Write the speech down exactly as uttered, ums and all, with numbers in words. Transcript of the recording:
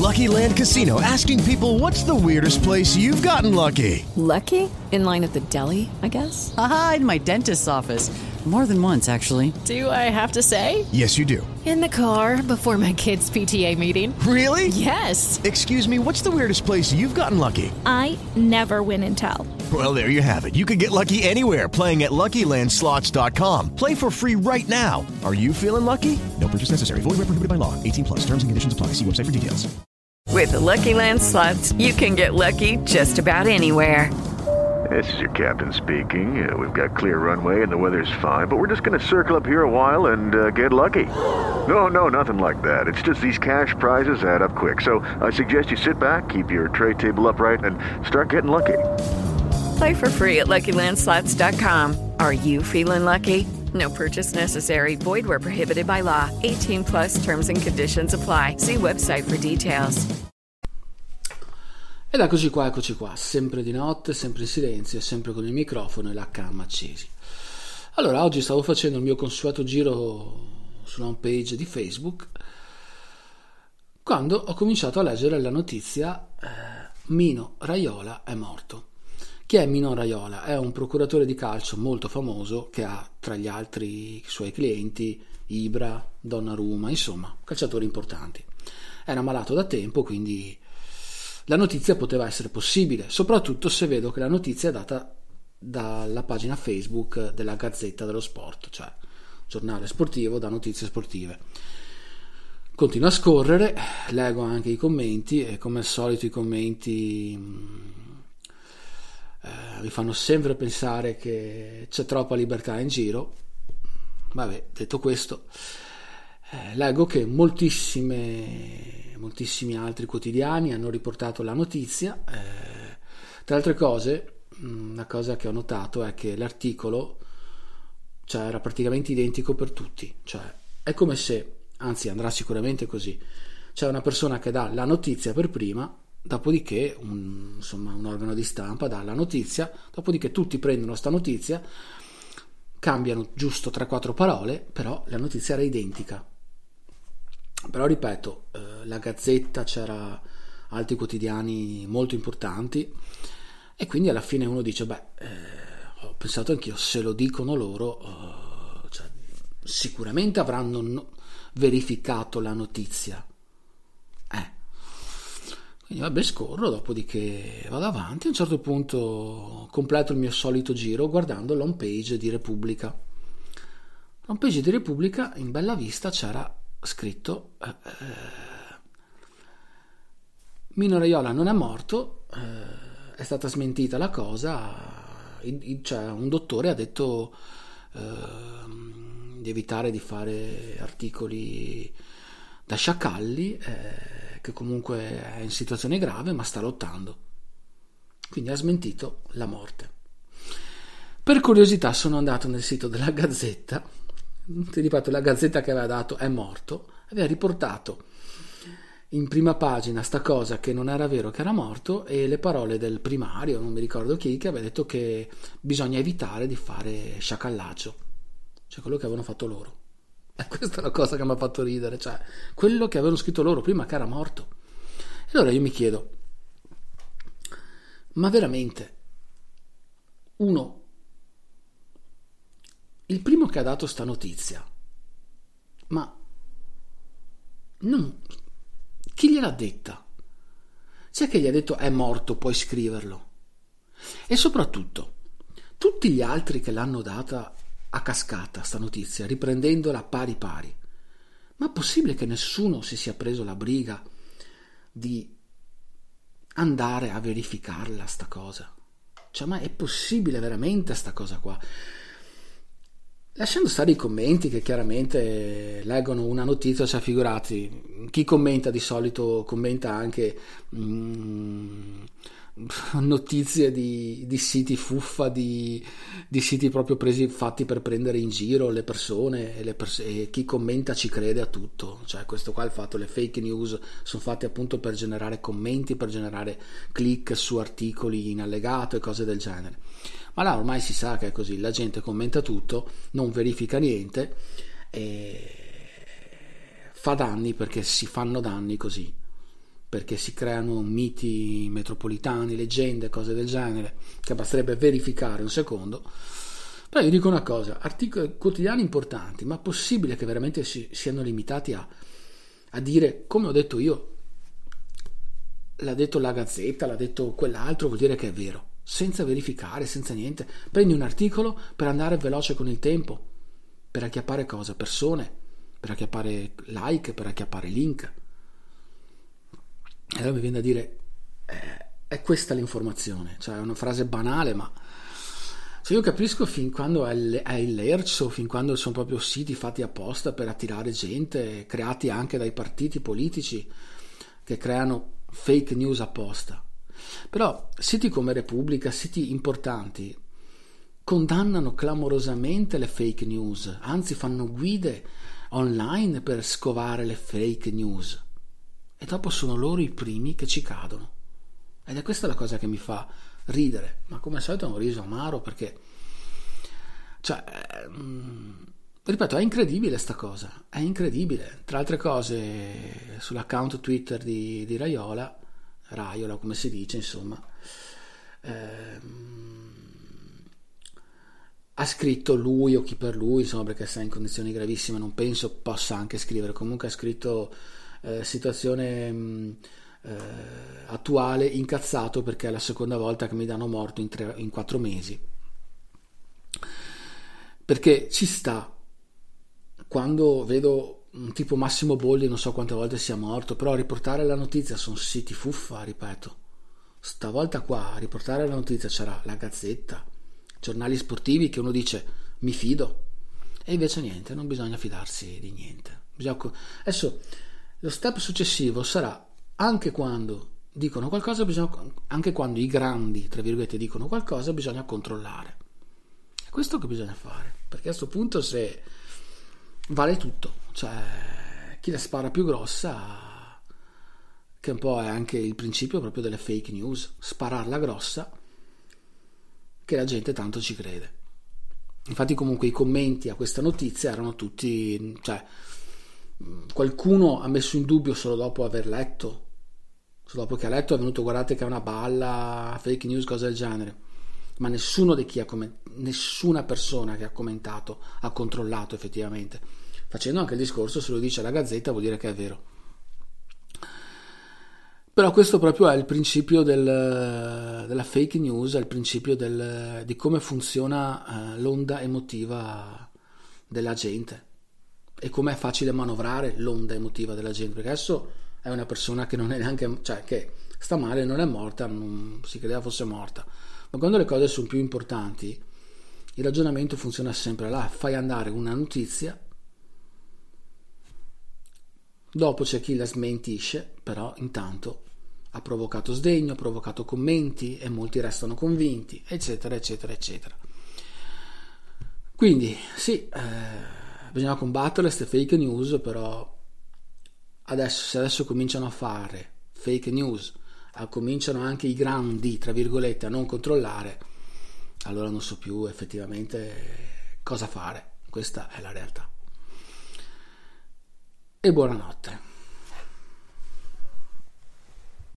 Lucky Land Casino, asking people, what's the weirdest place you've gotten lucky? Lucky? In line at the deli, I guess? Aha, in my dentist's office. More than once, actually. Do I have to say? Yes, you do. In the car before my kids' P T A meeting. Really? Yes. Excuse me, what's the weirdest place you've gotten lucky? I never win and tell. Well, there you have it. You can get lucky anywhere, playing at Lucky Land Slots dot com. Play for free right now. Are you feeling lucky? No purchase necessary. Void where prohibited by law. eighteen plus. Terms and conditions apply. See website for details. With the Lucky Land Slots, you can get lucky just about anywhere. This is your captain speaking. Uh, we've got clear runway and the weather's fine, but we're just going to circle up here a while and uh, get lucky. No, no, nothing like that. It's just these cash prizes add up quick. So I suggest you sit back, keep your tray table upright, and start getting lucky. Play for free at Lucky Land Slots dot com. Are you feeling lucky? No purchase necessary. Void where prohibited by law. eighteen plus terms and conditions apply. See website for details. Ed eccoci qua, eccoci qua, sempre di notte, sempre in silenzio, sempre con il microfono e la cam accesi. Allora, oggi stavo facendo il mio consueto giro sulla home page di Facebook quando ho cominciato a leggere la notizia eh, Mino Raiola è morto. Chi è Mino Raiola? È un procuratore di calcio molto famoso che ha tra gli altri suoi clienti Ibra, Donnarumma, insomma, calciatori importanti. Era malato da tempo, quindi la notizia poteva essere possibile, soprattutto se vedo che la notizia è data dalla pagina Facebook della Gazzetta dello Sport, cioè giornale sportivo da notizie sportive. Continuo a scorrere, leggo anche i commenti e come al solito i commenti eh, mi fanno sempre pensare che c'è troppa libertà in giro. Vabbè, detto questo, eh, leggo che moltissime moltissimi altri quotidiani hanno riportato la notizia. Eh, tra altre cose, una cosa che ho notato è che l'articolo, cioè, era praticamente identico per tutti, cioè è come se, anzi andrà sicuramente così, c'è una persona che dà la notizia per prima, dopodiché un, insomma, un organo di stampa dà la notizia, dopodiché tutti prendono sta notizia, cambiano giusto tre quattro parole, però la notizia era identica. Però ripeto, eh, la Gazzetta, c'era altri quotidiani molto importanti e quindi alla fine uno dice beh, eh, ho pensato anch'io, se lo dicono loro eh, cioè, sicuramente avranno no- verificato la notizia, eh. Quindi vabbè, scorro, dopodiché vado avanti, a un certo punto completo il mio solito giro guardando l'home page di Repubblica. L'home page di Repubblica, in bella vista c'era scritto eh, eh, Mino Raiola non è morto, eh, è stata smentita la cosa, cioè un dottore ha detto eh, di evitare di fare articoli da sciacalli, eh, che comunque è in situazione grave ma sta lottando, quindi ha smentito la morte. Per curiosità sono andato nel sito della Gazzetta. Ti ripeto, la Gazzetta che aveva dato è morto, aveva riportato in prima pagina sta cosa che non era vero che era morto e le parole del primario, non mi ricordo chi, che aveva detto che bisogna evitare di fare sciacallaggio, cioè quello che avevano fatto loro. E questa è una cosa che mi ha fatto ridere, cioè quello che avevano scritto loro prima che era morto. E allora io mi chiedo, ma veramente uno, il primo che ha dato sta notizia, ma non, chi gliel'ha detta? C'è che gli ha detto è morto, puoi scriverlo? E soprattutto tutti gli altri che l'hanno data a cascata sta notizia, riprendendola pari pari, ma è possibile che nessuno si sia preso la briga di andare a verificarla sta cosa? Cioè, ma è possibile veramente sta cosa qua? Lasciando stare i commenti che chiaramente leggono una notizia, cioè figurati, chi commenta di solito commenta anche mm, notizie di, di siti fuffa, di, di siti proprio presi, fatti per prendere in giro le persone e, le pers- e chi commenta ci crede a tutto, cioè questo qua è il fatto, le fake news sono fatte appunto per generare commenti, per generare click su articoli in allegato e cose del genere. Ma là ormai si sa che è così, la gente commenta tutto, non verifica niente e fa danni, perché si fanno danni così. perché si creano miti metropolitani, leggende, cose del genere, che basterebbe verificare un secondo. Però io dico una cosa, articoli quotidiani importanti, ma possibile che veramente si siano limitati a, a dire, come ho detto io, l'ha detto la Gazzetta, l'ha detto quell'altro, vuol dire che è vero, senza verificare, senza niente. Prendi un articolo per andare veloce con il tempo, per acchiappare cosa? Persone, per acchiappare like, per acchiappare link. E allora mi viene da dire, eh, è questa l'informazione, cioè è una frase banale, ma se io capisco fin quando è il lercio, fin quando sono proprio siti fatti apposta per attirare gente, creati anche dai partiti politici che creano fake news apposta. Però siti come Repubblica, siti importanti, condannano clamorosamente le fake news, anzi fanno guide online per scovare le fake news, e dopo sono loro i primi che ci cadono. Ed è questa la cosa che mi fa ridere, ma come al solito è un riso amaro, perché cioè mh, ripeto, è incredibile sta cosa, è incredibile. Tra altre cose, sull'account Twitter di, di Raiola Raiola come si dice, insomma, ehm, ha scritto lui o chi per lui, insomma, perché sta in condizioni gravissime, non penso possa anche scrivere, comunque ha scritto eh, situazione mh, eh, attuale, incazzato perché è la seconda volta che mi danno morto in, tre, in quattro mesi, perché ci sta, quando vedo un tipo Massimo Boldi, non so quante volte sia morto, però a riportare la notizia sono siti fuffa, ripeto, stavolta qua a riportare la notizia c'era la Gazzetta, giornali sportivi che uno dice mi fido, e invece niente, non bisogna fidarsi di niente. Bisogna... adesso lo step successivo sarà, anche quando dicono qualcosa bisogna, anche quando i grandi tra virgolette dicono qualcosa, bisogna controllare. È questo che bisogna fare, perché a questo punto se vale tutto, cioè chi la spara più grossa, che un po' è anche il principio proprio delle fake news, spararla grossa che la gente tanto ci crede. Infatti comunque i commenti a questa notizia erano tutti, cioè qualcuno ha messo in dubbio solo dopo aver letto, solo dopo che ha letto è venuto guardate che è una balla, fake news, cose del genere, ma nessuno di chi ha commentato, nessuna persona che ha commentato ha controllato effettivamente, facendo anche il discorso se lo dice la Gazzetta vuol dire che è vero. Però questo proprio è il principio del, della fake news, è il principio del, di come funziona uh, l'onda emotiva della gente e come è facile manovrare l'onda emotiva della gente, perché adesso è una persona che non è neanche, cioè che sta male, non è morta, non si credeva fosse morta, ma quando le cose sono più importanti il ragionamento funziona sempre là, fai andare una notizia, dopo c'è chi la smentisce, però intanto ha provocato sdegno, ha provocato commenti e molti restano convinti, eccetera eccetera eccetera. Quindi sì, eh, bisogna combattere queste fake news, però adesso se adesso cominciano a fare fake news, a cominciano anche i grandi tra virgolette a non controllare, allora non so più effettivamente cosa fare. Questa è la realtà. E buonanotte.